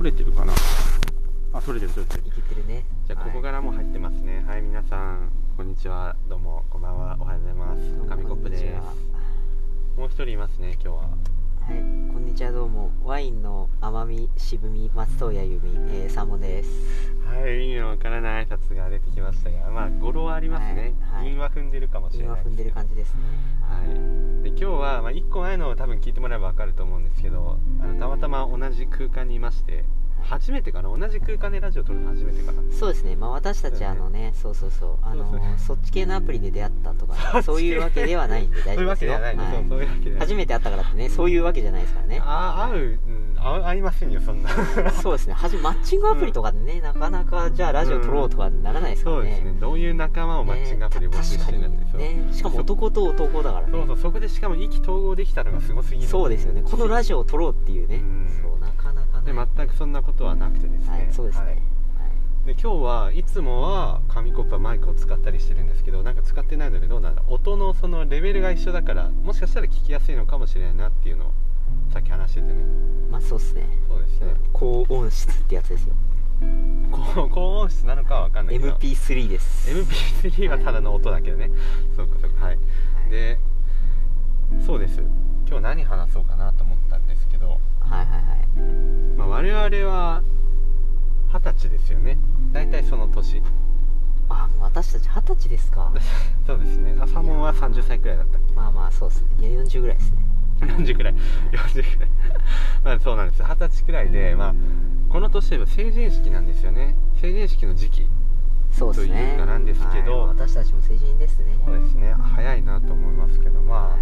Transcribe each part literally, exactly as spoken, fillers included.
取れてるかな。あ、取れてる取れてる。 いけてるね。 じゃあここからも入ってますね。はい、皆さんこんにちは、どうもこんばんは、おはようございます。紙コップです。もう一人いますね、今日は。 はい、こんにちは、どうも。ワインの甘み、渋み、松任谷由実、えー、サモです。 はい、意味のわからない挨拶が出てきましたが、まあ語呂はありますね。 はいはい、 韻は踏んでるかもしれない。 韻は踏んでる感じですね。 はい。で今日はまあいっこまえのを多分聞いてもらえばわかると思うんですけど、あのたまたま同じ空間にいまして。初めてかな、同じ空間でラジオ撮るの初めてかな。 そうですね、まあ、私たちあのね、そうそうそう、あのー、そっち系のアプリで出会ったとかそういうわけではないんで大丈夫ですよ。初めて会ったからってね、そういうわけじゃないですからね。 ああ、会う、うん、会いませんよそんな。 そうですね、はじマッチングアプリとかでね、なかなかじゃあラジオ撮ろうとかならないですからね。 そうですね、どういう仲間をマッチングアプリで募集してるんですよね。 しかも男と男だからね。 そうそう、そこでしかも意気投合できたのがすごすぎる。 そうですよね、このラジオを撮ろうっていうね、そうなかなかね。 で全くそんなことはなくてですね、 はい、そうですね、はい、 で今日はいつもは紙コップはマイクを使ったりしてるんですけど、なんか使ってないのでどうなんだろう、音のそのレベルが一緒だからもしかしたら聞きやすいのかもしれないなっていうのをさっき話しててね。 まあそうですね、 そうですね、 高音質ってやつですよ。 高, 高音質なのかは分かんないけどエムピースリー です。 エムピースリー はただの音だけどね、はい、そうかそうか、はい、はい、でそうです、今日何話そうかなと思ったんですけど、 はいはいはい、 まあ、我々は二十歳ですよね、大体その年。 あ、もう私たち二十歳ですか。 そうですね、サモンはさんじゅっさいくらいだったっけ。 まあまあそうですね、いやよんじゅうぐらいですね。 よんじゅうくらい、よんじゅうくらいまあそうなんです、二十歳くらいで、まあこの年は成人式なんですよね。成人式の時期そうですね、 というかなんですけど、 はい、私たちも成人ですね。 そうですね、早いなと思いますけど、まあ、はい、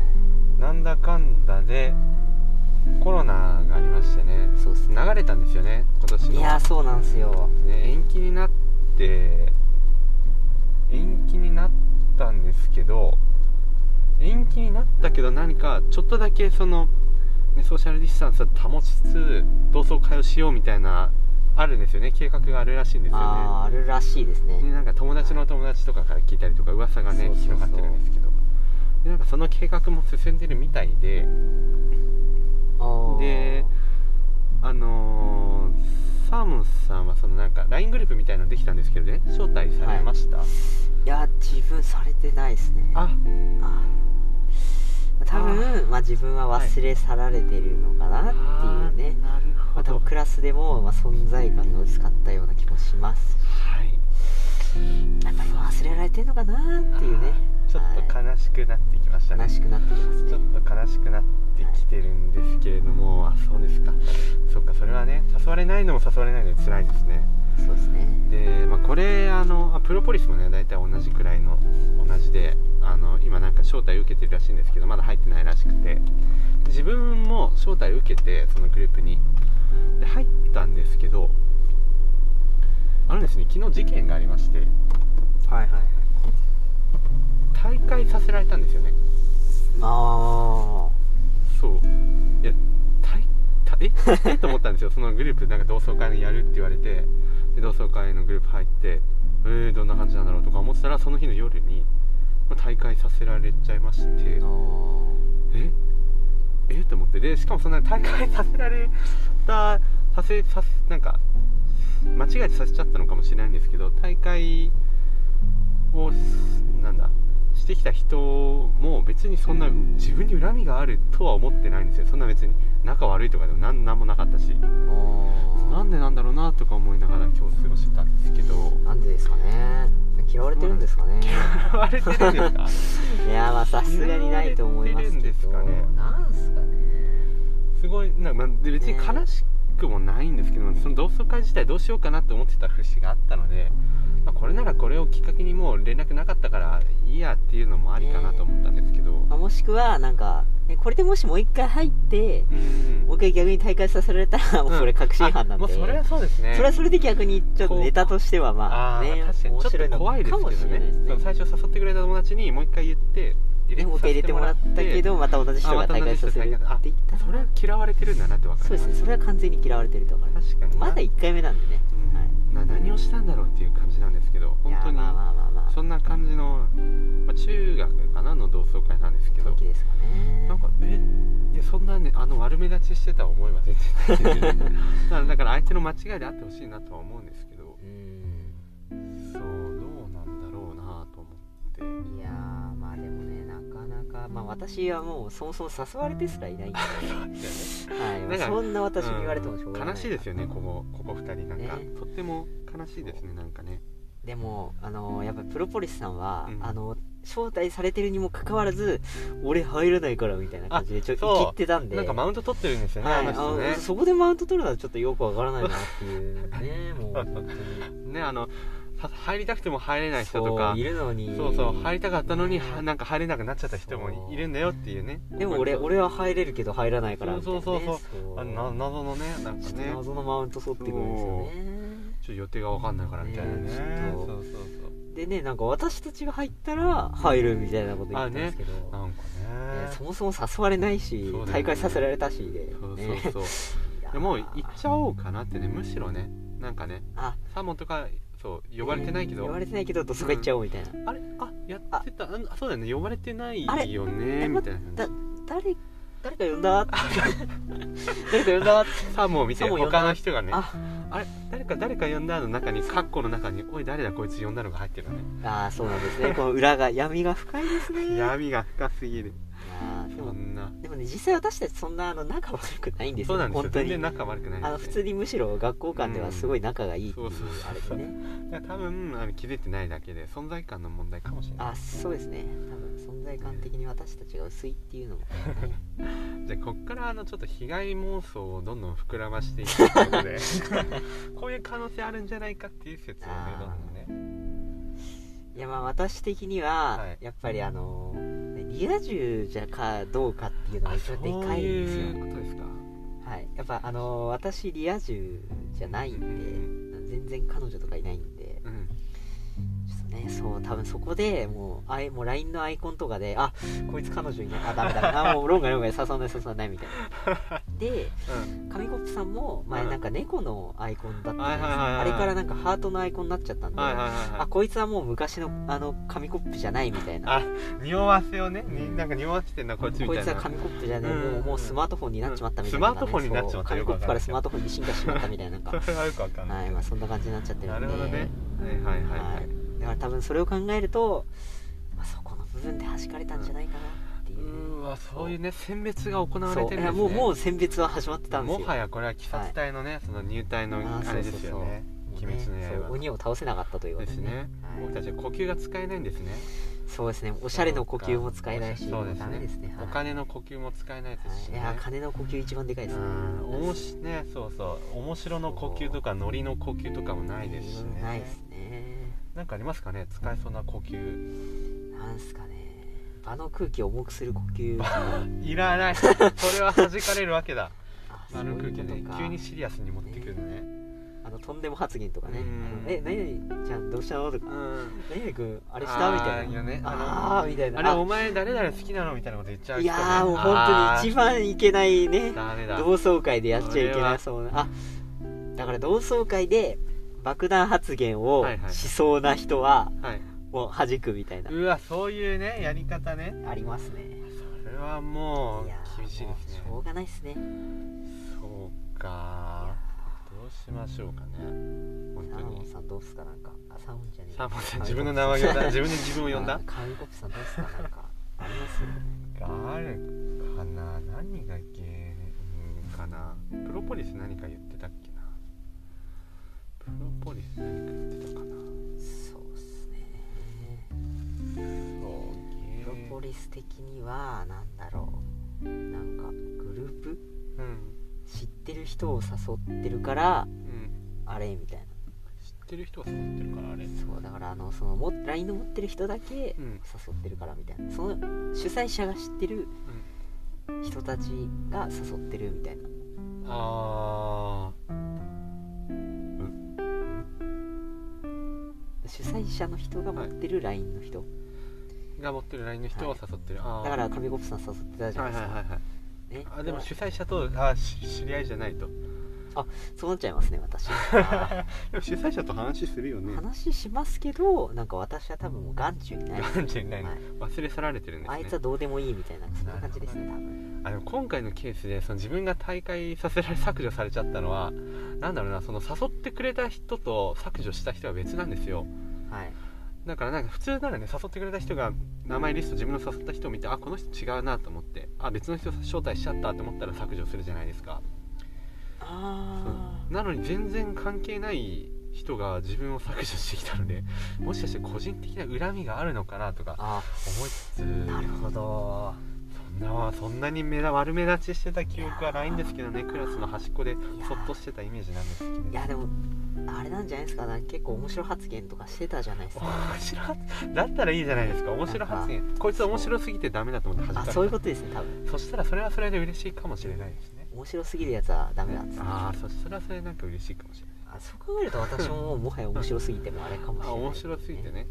なんだかんだでコロナがありましてね、 そうですね、 流れたんですよね今年の。 いやそうなんですよ、 ね、延期になって延期になったんですけど、延期になったけど何かちょっとだけその、ね、ソーシャルディスタンスを保ちつつ同窓会をしようみたいなあるんですよね、計画があるらしいんですよね。 あ, あるらしいですね。 ね、なんか友達の友達とかから聞いたりとか噂がね、はい、広がってるんですけど、でなんかその計画も進んでるみたいで、であのー、サーモンさんはそのなんか ライン グループみたいなのできたんですけどね、招待されました？はい、 いや自分されてないですね。 ああ多分まあ、自分は忘れ去られてるのかなっていうね、 なるほど、 まあ、多分クラスでもまあ存在感が薄かったような気もします。 はい、 やっぱり忘れられてるのかなっていうね、 ちょっと悲しくなってきましたね。 悲しくなってきますね。 ちょっと悲しくなってきてるんですけれども、はい、あ、そうですか、そっか、それはね、誘われないのも誘われないので辛いですね。 そうですね。で、 まあ、これあのプロポリスもね大体同じくらいの同じで、あの今なんか招待受けてるらしいんですけどまだ入ってないらしくて、自分も招待受けてそのグループにで入ったんですけど、あのですね、昨日事件がありまして、 はいはいはい、退会させられたんですよね。 ああ、 そういや退ええと思ったんですよ。そのグループなんか同窓会やるって言われて、で同窓会のグループ入ってえー、どんな感じなんだろうとか思ってたら、その日の夜に大会させられちゃいまして、ええと思って、でしかもそんな大会させられたさせさなんか間違えてさせちゃったのかもしれないんですけど、大会をなんだしてきた人も別にそんな自分に恨みがあるとは思ってないんですよ。そんな別に仲悪いとかでもなんなんもなかったし、なんでなんだろうなとか思いながら今日過ごしてたんですけど、 なんでですかね、嫌われてるんですかね。 嫌われてるんですかいやまあさすがにないと思いますけど、なんすかね、 すごいなんか、まあ、別に悲しくもないんですけど、ね、その同窓会自体どうしようかなって思ってた節があったので、まあ、これならこれをきっかけにもう連絡なかったからいいやっていうのもありかなと思ったんですけど、 まあ、もしくはなんかこれでもしもう一回入って、うん、もう一回逆に大会させられたらもうそれ確信犯なんで、 うん、もうそれはそうですね、 それはそれで逆にちょっとネタとしてはまあね、 あ確かにちょっと怖いですけどね、その最初誘ってくれた友達にもう一回言ってね、もう一回入れてもらったけどまた同じ人が大会させるって言ったら、 それは嫌われてるんだなって分かります。 そうですね、それは完全に嫌われてると分かります。確かにまだいっかいめなんでね、 うん、はい、な何をしたんだろうっていう感じなんですけど、本当にそんな感じの、まあ、中学かなの同窓会なんですけど、 時ですかね。 なんかえいやそんなねね、あの悪目立ちしてた思いは全然ないだからだから相手の間違いであってほしいなとは思うんですけど、うん、そうどうなんだろうなと思って。 いやーまあでもね、なかなかまあ私はもうそもそも誘われてすらいないんで、はいまあ、そんな私に言われてもしょうがない、 うん、悲しいですよね、ここここふたりなんか、ね、とっても悲しいですね、なんかね。 でもあのやっぱりプロポリスさんは、うん、あの招待されてるにもかかわらず俺入らないからみたいな感じでちょっと生きってたんで、 なんかマウント取ってるんですよね、はい、あの人ね。 そこでマウント取るのはちょっとよくわからないなっていうねもう本当にね、あの入りたくても入れない人とかいるのに、 そうそう入りたかったのに、ね、なんか入れなくなっちゃった人もいるんだよっていうね。 でも俺俺は入れるけど入らないからみたいな、ね、 そうそうそうそう、あの謎のね、なんかね謎のマウント取ってくるんですよね。 ちょっと予定が分かんないからみたいなね、ねそうそうそうでね、なんか私たちが入ったら入るみたいなこと言ってたんですけど、 ね、なんかねそもそも誘われないし、ね、大会させられたしで、 そうそうそうでもう行っちゃおうかなってね、むしろね、なんかね、あサーモンとかそう呼ばれてないけど、 えー、呼ばれてないけどどそこ行っちゃおうみたいな、 うん、あれあやってたあそうだよね、呼ばれてないよねみたいな、 だ誰誰か呼んだ誰か呼んだサーモンを見て他の人がね、ああれ誰か誰か呼んだの中にカッコの中におい誰だこいつ呼んだのが入ってるのね。 ああそうなんですねこの裏が闇が深いですね闇が深すぎる。 あでもそんなでもね実際私たちそんなあの仲悪くないんですよ。 そうなんですよ、 本当に全然仲悪くないです、ね、 あの普通にむしろ学校間ではすごい仲がいいっていうあれでね、 だから多分あの気づいてないだけで存在感の問題かもしれない。 あそうですね、多分存在感的に私たちが薄いっていうのも、ね、 じゃあこっからあのちょっと被害妄想をどんどん膨らましていくということでこういう可能性あるんじゃないかっていう説をねどんどんね。 いやまあ私的には、はい、やっぱりあのリア充じゃかどうかっていうのが一番でかいんですよ。 そういうことですか。 はい、やっぱあの私リア充じゃないんで、うん、全然彼女とかいないんで、うん、ちょっとねそう多分そこでもうあいもう ライン のアイコンとかであこいつ彼女いないあダメだあもう論外論外誘わない誘わないみたいなで、うん、紙コップさんも前なんか猫のアイコンだったじゃないですか。あれからなんかハートのアイコンになっちゃったんで、はいはいはいはい、あこいつはもう昔のあの紙コップじゃないみたいな、 あ匂わせをねになんか匂わせてんなこいつみたいな、 こいつは紙コップじゃねえ、うん、もうもうスマートフォンになっちまったみたいな、 うん、スマートフォンになっちまった紙コップからスマートフォンに進化しまったみたいななんかそれはよくわかんない、 はい、まあそんな感じになっちゃってるんで、 なるほどね、はいはいはい、はい、 だから多分それを考えると、まあ、そこの部分で弾かれたんじゃないかなっていう、ね、 うーわそういうね選別が行われてるんですね。 もうもう選別は始まってたんですよ。 もはやこれは鬼殺隊のね、はい、その入隊のあれですよね。鬼滅の刃、 鬼を倒せなかったということですね。僕たちは呼吸が使えないんですね。 そうですね。おしゃれの呼吸も使えないし、 そうですね。 ダメですね。 お金の呼吸も使えないですし、ね、 いや金の呼吸一番でかいですね。 おもしねそうそう面白の呼吸とかノリの呼吸とかもないですしね。 ないですね。 なんかありますかね使えそうな呼吸。 なんすかね。場の空気を重くする呼吸いらない。それは弾かれるわけだ。場の空気ね急にシリアスに持ってくるのね。 あのとんでも発言とかね、え、何々ちゃんどうしたのとか、何々くんあれしたみたいな、 ね、 ああみたいな、 あれお前誰々好きなのみたいなこと言っちゃう人、ね、 いやーもう本当に一番いけないね、同窓会でやっちゃいけないそうな、あだから同窓会で爆弾発言をしそうな人はもう弾くみたいな、 うわそういうねやり方ねありますね。 それはもう厳しいですね。 しょうがないですね。 そうかどうしましょうかね。本当にサーモンさんどうすかなんか、あサーモンじゃねえサーモンさん自分の名前を呼んだ自分で自分を呼んだ紙コップさんどうすかなんかありますあるかな。何が原因かな。プロポリス何か言ってたっけな。プロポリス何か言ってたかな。 そうっすね。そうプロポリス的にはなんだろう、なんかグループ、うん知ってる人を誘ってるから、うん、あれみたいな。 知ってる人を誘ってるからあれ。 そうだからあのそのも ライン の持ってる人だけ誘ってるからみたいな、うん、その主催者が知ってる人たちが誘ってるみたいな、うん、あー、うん、主催者の人が持ってる ライン の人、はい、 が持ってる ライン の人を誘ってる、 はい、だから紙コップさん誘ってたじゃないですか、はいはいはいはい。 ね、あでも主催者とあ知り合いじゃないと、 あそうなっちゃいますね私。でも主催者と話するよね。 話しますけどなんか私は多分もう眼中にない、 眼中にない、ね、はい、忘れ去られてるんですね。 あいつはどうでもいいみたいなそんな感じですね多分。 あでも今回のケースでその自分が退会させられ削除されちゃったのはなんだろうな、その誘ってくれた人と削除した人は別なんですよ。 はいだからなんか普通ならね、誘ってくれた人が名前リスト自分の誘った人を見て、あこの人違うなと思って、あ別の人招待しちゃったと思ったら削除するじゃないですか。 あなのに全然関係ない人が自分を削除してきたので、もしかして個人的な恨みがあるのかなとかあ思いつつ、 なるほど。 そんなそんなに目だ悪目立ちしてた記憶はないんですけどね。クラスの端っこでそっとしてたイメージなんですけど、 いやでもあれなんじゃないですか、なんか結構面白発言とかしてたじゃないですか。 面白発だったらいいじゃないですか。面白発言、こいつ面白すぎてダメだと思って弾かれた。 あそういうことですね多分。 そしたらそれはそれで嬉しいかもしれないですね。 面白すぎるやつはダメだっつって。 ああ そ, それはそれでなんか嬉しいかもしれない。 あそう考えると私ももうもはや面白すぎてもあれかもしれない、 あ面白すぎてね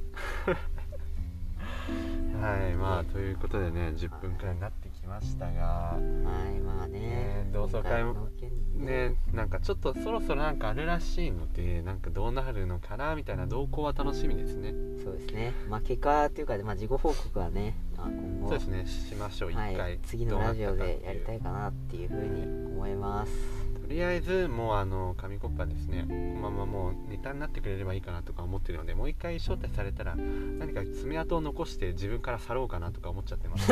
はいまあということでねじゅっぷんくらいになってきましたが、 はいまあね、 ね同窓会もねなんかちょっとそろそろなんかあるらしいので、なんかどうなるのかなみたいな動向は楽しみですね。 そうですね。まあ結果っていうか、まあ、事後報告はね、まあ、今後そうですねしましょう一回、 はい、次のラジオでやりたいかなっていうふうに思います。 とりあえずもうあの紙コッパですね、このままもうネタになってくれればいいかなとか思ってるので、もう一回招待されたら何か爪痕を残して自分から去ろうかなとか思っちゃってます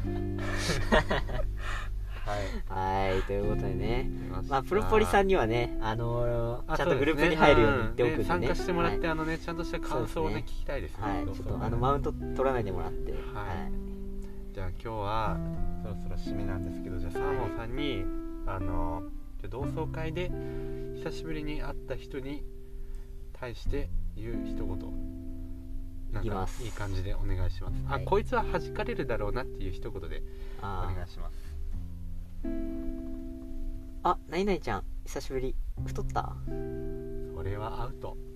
はいはいということでね、まあプロポリさんにはね、あのー、ちゃんとグループに入るように言っておくんでね、 参加してもらって、 はい、 あのねちゃんとした感想をね、ね、聞きたいですね。 はい、ちょっとあのマウント取らないでもらって、はい、はい、 じゃあ今日はそろそろ締めなんですけど、じゃあサーモンさんにあの同窓会で久しぶりに会った人に対して言う一言なんかいい感じでお願いします。あ、はい、こいつは弾かれるだろうなっていう一言でお願いします。 あ、ないないちゃん久しぶり。太った？ それはアウト。